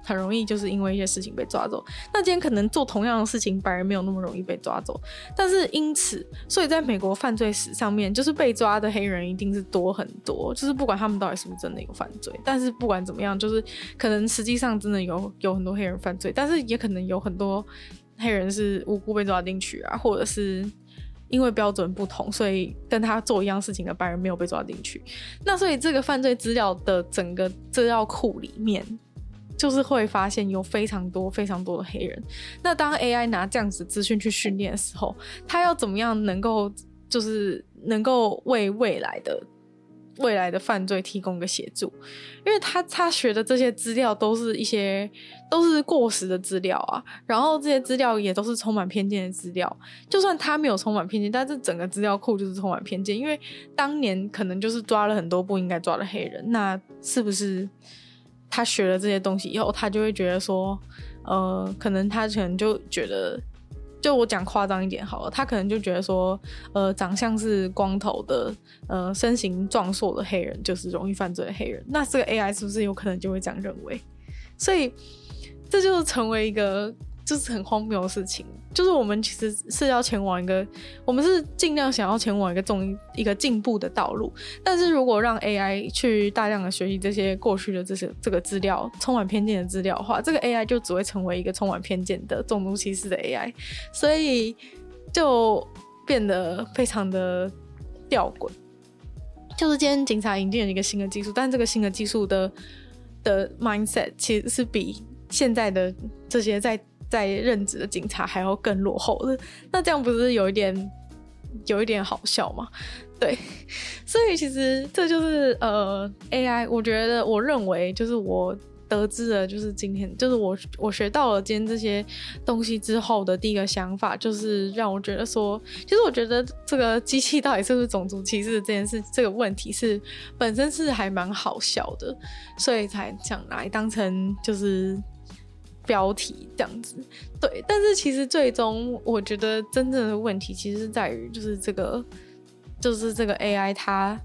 很容易就是因为一些事情被抓走。那今天可能做同样的事情，白人没有那么容易被抓走，但是因此，所以在美国犯罪史上面，就是被抓的黑人一定是多很多，就是不管他们到底是不是真的有犯罪，但是不管怎么样，就是可能实际上真的有有很多黑人犯罪，但是也可能有很多黑人是无辜被抓进去啊，或者是因为标准不同，所以跟他做一样事情的白人没有被抓进去。那所以这个犯罪资料的整个资料库里面，就是会发现有非常多非常多的黑人。那当 A I 拿这样子资讯去训练的时候，他要怎么样能够就是能够为未来的未来的犯罪提供个协助？因为他他学的这些资料都是一些都是过时的资料啊，然后这些资料也都是充满偏见的资料。就算他没有充满偏见，但是整个资料库就是充满偏见，因为当年可能就是抓了很多不应该抓的黑人，那是不是他学了这些东西以后，他就会觉得说，呃，可能他可能就觉得，就我讲夸张一点好了，他可能就觉得说，呃，长相是光头的，呃，身形壮硕的黑人就是容易犯罪的黑人。那这个 A I 是不是有可能就会这样认为？所以这就是成为一个就是很荒谬的事情。就是我们其实是要前往一个，我们是尽量想要前往一个中一个进步的道路，但是如果让 A I 去大量的学习这些过去的这些这个资料，充满偏见的资料的话，这个 A I 就只会成为一个充满偏见的种族歧视的 A I， 所以就变得非常的吊诡。就是今天警察引进了一个新的技术，但这个新的技术的的 mindset 其实是比现在的这些在在任职的警察还要更落后的，那这样不是有一点有一点好笑吗？对，所以其实这就是呃 A I， 我觉得我认为就是我得知了，就是今天就是我我学到了今天这些东西之后的第一个想法，就是让我觉得说，其实我觉得这个机器到底是不是种族歧视这件事，这个问题是本身是还蛮好笑的，所以才想来当成就是标题这样子。对，但是其实最终我觉得真正的问题其实是在于就是这个就是这个 A I 它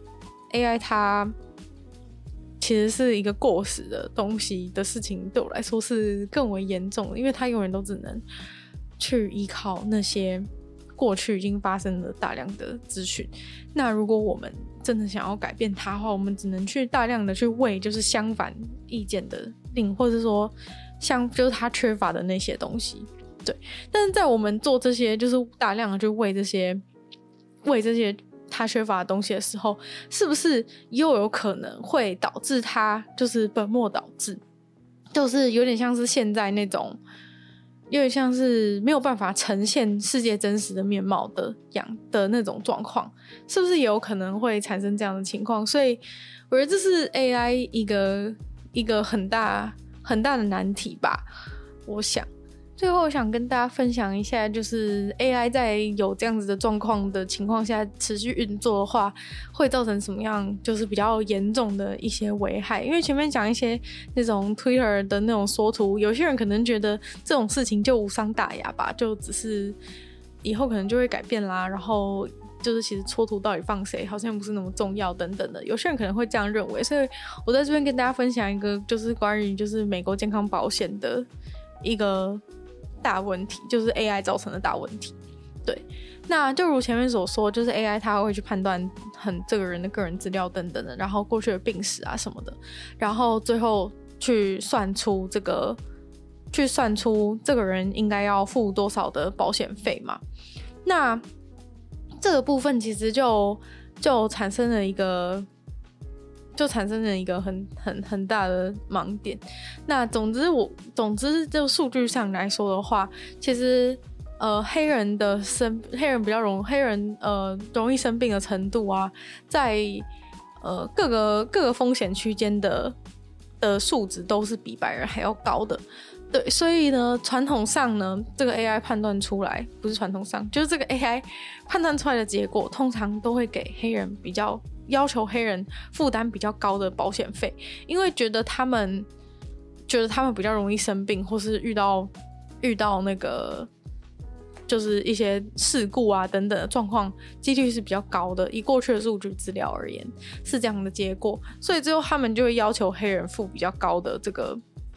A I 它其实是一个过时的东西的事情，对我来说是更为严重的，因为它永远都只能去依靠那些过去已经发生了大量的资讯。那如果我们真的想要改变它的话，我们只能去大量的去喂就是相反意见的令，或者说像就是他缺乏的那些东西。对，但是在我们做这些就是大量的去喂这些喂这些他缺乏的东西的时候，是不是又有可能会导致他就是本末倒置，就是有点像是现在那种有点像是没有办法呈现世界真实的面貌的样的那种状况，是不是也有可能会产生这样的情况？所以我觉得这是 A I 一个一个很大很大的难题吧。我想最后我想跟大家分享一下，就是 A I 在有这样子的状况的情况下持续运作的话，会造成什么样就是比较严重的一些危害。因为前面讲一些那种 Twitter 的那种缩图，有些人可能觉得这种事情就无伤大雅吧，就只是以后可能就会改变啦，然后就是其实戳图到底放谁好像不是那么重要等等的，有些人可能会这样认为。所以我在这边跟大家分享一个就是关于就是美国健康保险的一个大问题，就是 A I 造成的大问题。对，那就如前面所说，就是 A I 它会去判断很这个人的个人资料等等的，然后过去的病史啊什么的，然后最后去算出这个去算出这个人应该要付多少的保险费嘛。那这个部分其实就就产生了一个就产生了一个很很很大的盲点。那总之我总之就数据上来说的话，其实呃黑人的生黑人比较容黑人呃容易生病的程度啊，在呃各个各个风险区间的的数值都是比白人还要高的。对，所以呢，传统上呢，这个 A I 判断出来，不是传统上，就是这个 A I 判断出来的结果，通常都会给黑人比较要求黑人负担比较高的保险费，因为觉得他们觉得他们比较容易生病，或是遇到遇到那个就是一些事故啊等等的状况，几率是比较高的。以过去的数据资料而言，是这样的结果，所以最后他们就会要求黑人付比较高的这个。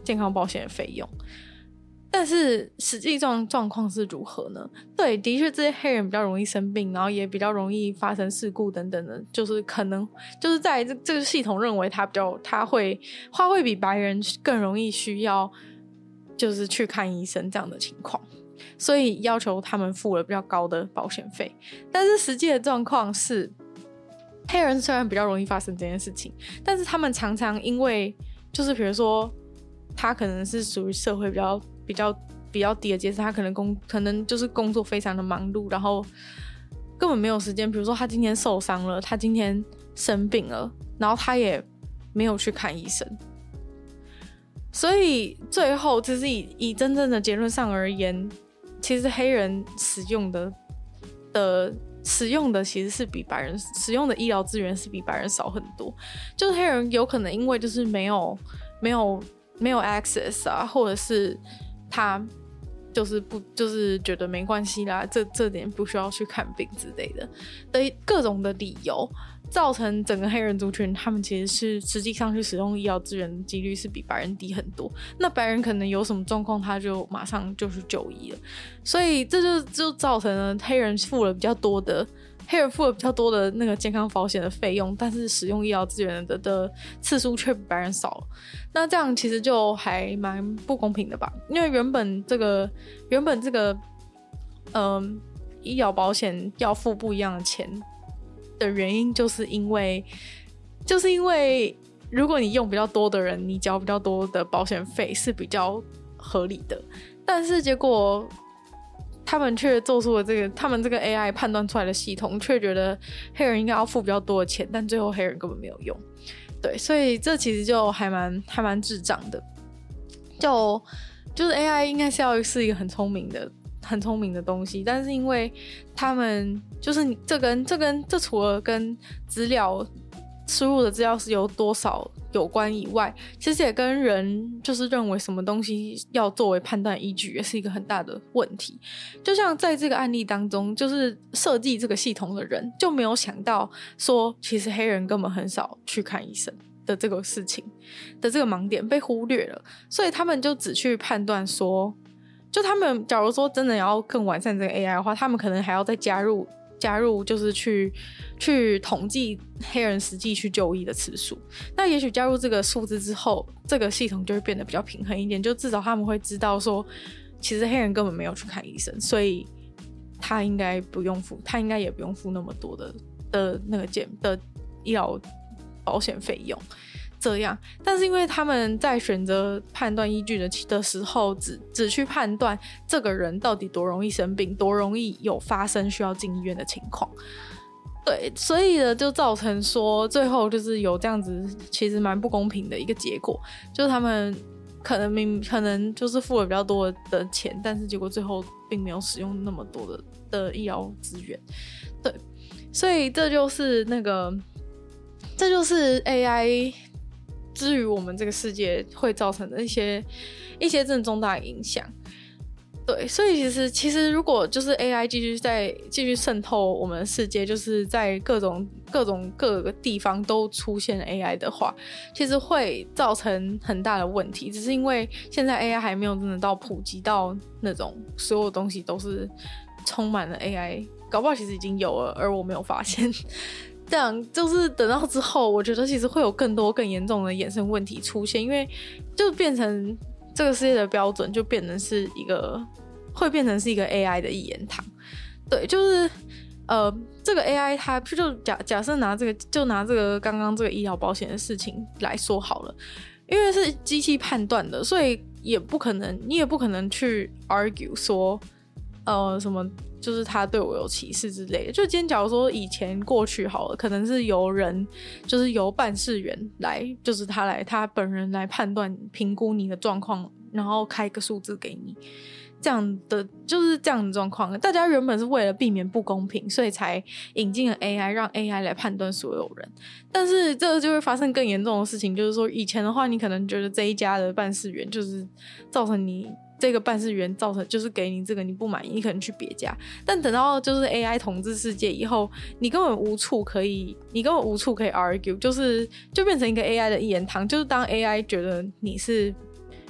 健康保险的费用。但是实际状状况是如何呢？对，的确这些黑人比较容易生病，然后也比较容易发生事故等等的，就是可能就是在这这个系统认为他比较他会他会比白人更容易需要就是去看医生这样的情况，所以要求他们付了比较高的保险费。但是实际的状况是，黑人虽然比较容易发生这件事情，但是他们常常因为就是比如说他可能是属于社会比较比较比较低的阶层，他可能工可能就是工作非常的忙碌，然后根本没有时间，比如说他今天受伤了，他今天生病了，然后他也没有去看医生。所以最后其实以以真正的结论上而言，其实黑人使用的的使用的其实是比白人使用的医疗资源是比白人少很多。就是黑人有可能因为就是没有没有没有 access 啊，或者是他就是不就是觉得没关系啦，这这点不需要去看病之类的的各种的理由，造成整个黑人族群他们其实是实际上去使用医疗资源的几率是比白人低很多。那白人可能有什么状况他就马上就去就医了，所以这就就造成了黑人付了比较多的黑人付了比较多的那个健康保险的费用，但是使用医疗资源的的次数却比白人少了。那这样其实就还蛮不公平的吧？因为原本这个原本这个嗯医疗保险要付不一样的钱的原因，就是因为就是因为如果你用比较多的人，你交比较多的保险费是比较合理的。但是结果他们却做出了这个，他们这个 A I 判断出来的系统却觉得黑人应该要付比较多的钱，但最后黑人根本没有用。对，所以这其实就还蛮还蛮智障的。就就是 A I 应该是要是一个很聪明的很聪明的东西，但是因为他们就是这跟这跟这除了跟资料输入的资料是有多少有关以外，其实也跟人就是认为什么东西要作为判断依据也是一个很大的问题。就像在这个案例当中，就是设计这个系统的人就没有想到说其实黑人根本很少去看医生的这个事情的这个盲点被忽略了，所以他们就只去判断说，就他们假如说真的要更完善这个 A I 的话，他们可能还要再加入加入就是去去统计黑人实际去就医的次数。那也许加入这个数字之后，这个系统就会变得比较平衡一点，就至少他们会知道说其实黑人根本没有去看医生，所以他应该不用付他应该也不用付那么多的的那个健的医疗保险费用这样。但是因为他们在选择判断依据 的, 的时候只只去判断这个人到底多容易生病，多容易有发生需要进医院的情况。对，所以呢就造成说最后就是有这样子其实蛮不公平的一个结果，就是他们可能明可能就是付了比较多的钱，但是结果最后并没有使用那么多的的医疗资源。对，所以这就是那个这就是 A I 至于我们这个世界会造成的一些一些真的重大的影响。对，所以其实其实如果就是 A I 继续在继续渗透我们的世界，就是在各种各种各个地方都出现 A I 的话，其实会造成很大的问题。只是因为现在 A I 还没有真的到普及到那种所有东西都是充满了 A I， 搞不好其实已经有了，而我没有发现。这样就是等到之后，我觉得其实会有更多更严重的衍生问题出现，因为就变成这个世界的标准就变成是一个会变成是一个 A I 的一言堂。对，就是呃，这个 A I 它就假假设拿这个就拿这个刚刚这个医疗保险的事情来说好了，因为是机器判断的，所以也不可能你也不可能去 argue 说呃什么就是他对我有歧视之类的。就今天假如说以前过去好了，可能是由人就是由办事员来，就是他来他本人来判断评估你的状况，然后开一个数字给你，这样的就是这样的状况。大家原本是为了避免不公平，所以才引进了 A I， 让 A I 来判断所有人。但是这个就会发生更严重的事情，就是说以前的话你可能觉得这一家的办事员就是造成你这个办事员造成就是给你这个你不满意，你可能去别家。但等到就是 A I 统治世界以后，你根本无处可以你根本无处可以 argue， 就是就变成一个 A I 的一言堂。就是当 A I 觉得你是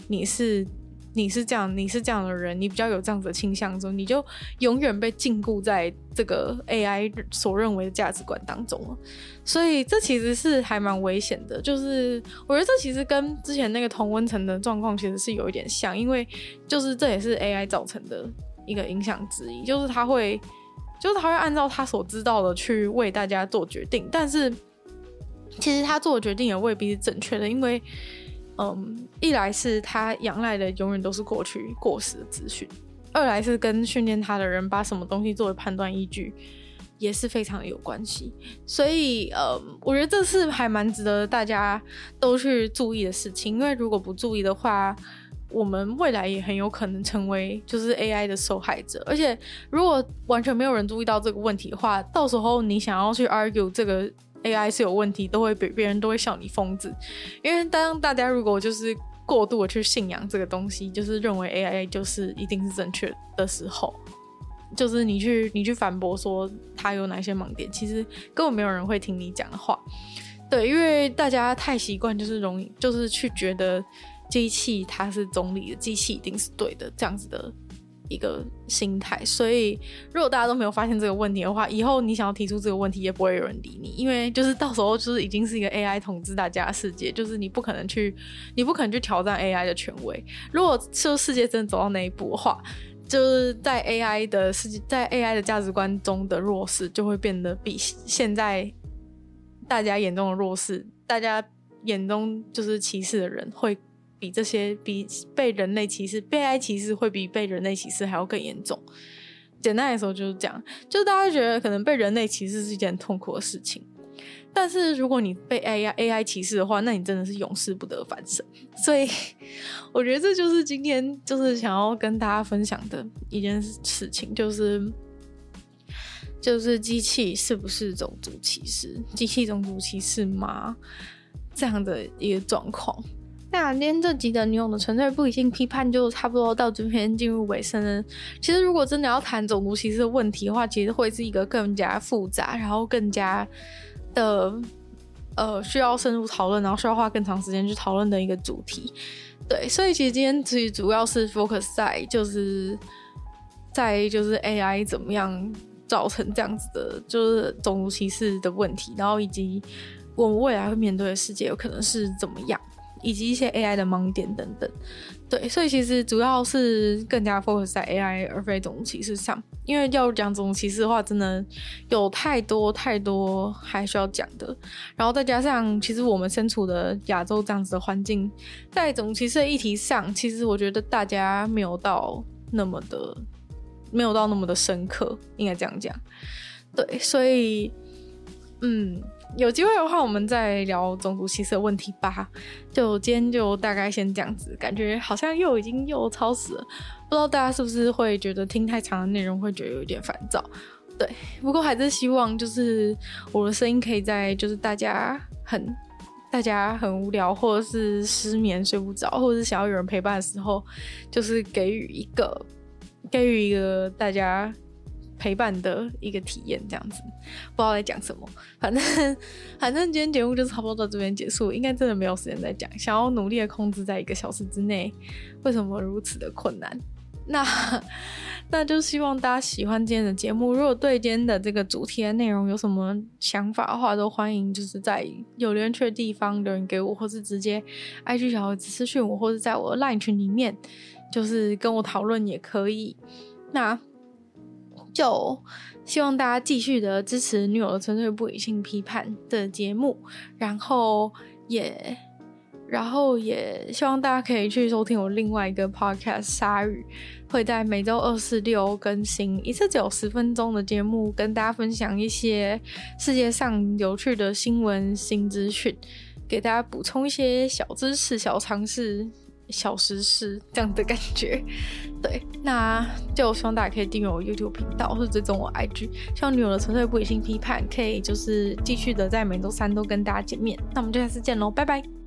你是你是这样你是这样的人，你比较有这样子的倾向中，你就永远被禁锢在这个 A I 所认为的价值观当中了。所以这其实是还蛮危险的，就是我觉得这其实跟之前那个同温层的状况其实是有一点像，因为就是这也是 A I 造成的一个影响之一，就是它会就是它会按照它所知道的去为大家做决定，但是其实他做的决定也未必是正确的，因为嗯，一来是他仰赖的永远都是过去过时的资讯，二来是跟训练他的人把什么东西作为判断依据也是非常有关系。所以嗯，我觉得这是还蛮值得大家都去注意的事情，因为如果不注意的话，我们未来也很有可能成为就是 A I 的受害者。而且如果完全没有人注意到这个问题的话，到时候你想要去 argue 这个A I 是有问题，都会别人都会笑你疯子。因为当大家如果就是过度的去信仰这个东西，就是认为 A I 就是一定是正确的时候，就是你去你去反驳说它有哪些盲点，其实根本没有人会听你讲的话。对，因为大家太习惯就是容易就是去觉得机器它是中立的，机器一定是对的，这样子的一个心态。所以如果大家都没有发现这个问题的话，以后你想要提出这个问题也不会有人理你，因为就是到时候就是已经是一个 A I 统治大家的世界，就是你不可能去你不可能去挑战 A I 的权威。如果就世界真的走到那一步的话，就是在 A I 的世界在 A I 的价值观中的弱势就会变得比现在大家眼中的弱势，大家眼中就是歧视的人会比这些比被人类歧视被 A I 歧视会比被人类歧视还要更严重。简单来说就是这样，就是大家觉得可能被人类歧视是一件很痛苦的事情，但是如果你被 A I, A I 歧视的话，那你真的是永世不得翻身。所以我觉得这就是今天就是想要跟大家分享的一件事情，就是就是机器是不是种族歧视，机器种族歧视吗，这样的一个状况。那今天这集的女友的纯粹不理性批判就差不多到这边进入尾声了。其实如果真的要谈种族歧视的问题的话，其实会是一个更加复杂，然后更加的呃需要深入讨论，然后需要花更长时间去讨论的一个主题。对，所以其实今天其实主要是 focus 在就是在就是 A I 怎么样造成这样子的就是种族歧视的问题，然后以及我们未来会面对的世界有可能是怎么样，以及一些 A I 的盲点等等。对，所以其实主要是更加 focus 在 A I 而非种族歧视上，因为要讲种族歧视的话真的有太多太多还需要讲的，然后再加上其实我们身处的亚洲这样子的环境，在种族歧视的议题上其实我觉得大家没有到那么的没有到那么的深刻，应该这样讲。对，所以嗯有机会的话我们再聊种族歧视的问题吧。就今天就大概先这样子，感觉好像又已经又超时了，不知道大家是不是会觉得听太长的内容会觉得有点烦躁。对，不过还是希望就是我的声音可以在就是大家很大家很无聊或者是失眠睡不着或者是想要有人陪伴的时候，就是给予一个给予一个大家陪伴的一个体验，这样子不知道在讲什么。反正反正今天节目就差不多到这边结束，应该真的没有时间再讲，想要努力的控制在一个小时之内，为什么如此的困难。那那就希望大家喜欢今天的节目，如果对今天的这个主题的内容有什么想法的话，都欢迎就是在有留言区的地方留言给我，或是直接 I G 小盒子私讯我，或是在我的 LINE 群里面就是跟我讨论也可以。那就希望大家继续的支持女友的纯粹不理性批判的节目，然后也然后也希望大家可以去收听我另外一个 podcast 鲨鱼，会在每周二四六更新一次只有十分钟的节目，跟大家分享一些世界上有趣的新闻新资讯，给大家补充一些小知识小常识小时事这样的感觉。对，那就希望大家可以订阅我 YouTube 频道或是追踪我 I G， 希望女友的纯粹不理性批判可以就是继续的在每周三都跟大家见面。那我们就下次见咯，拜拜。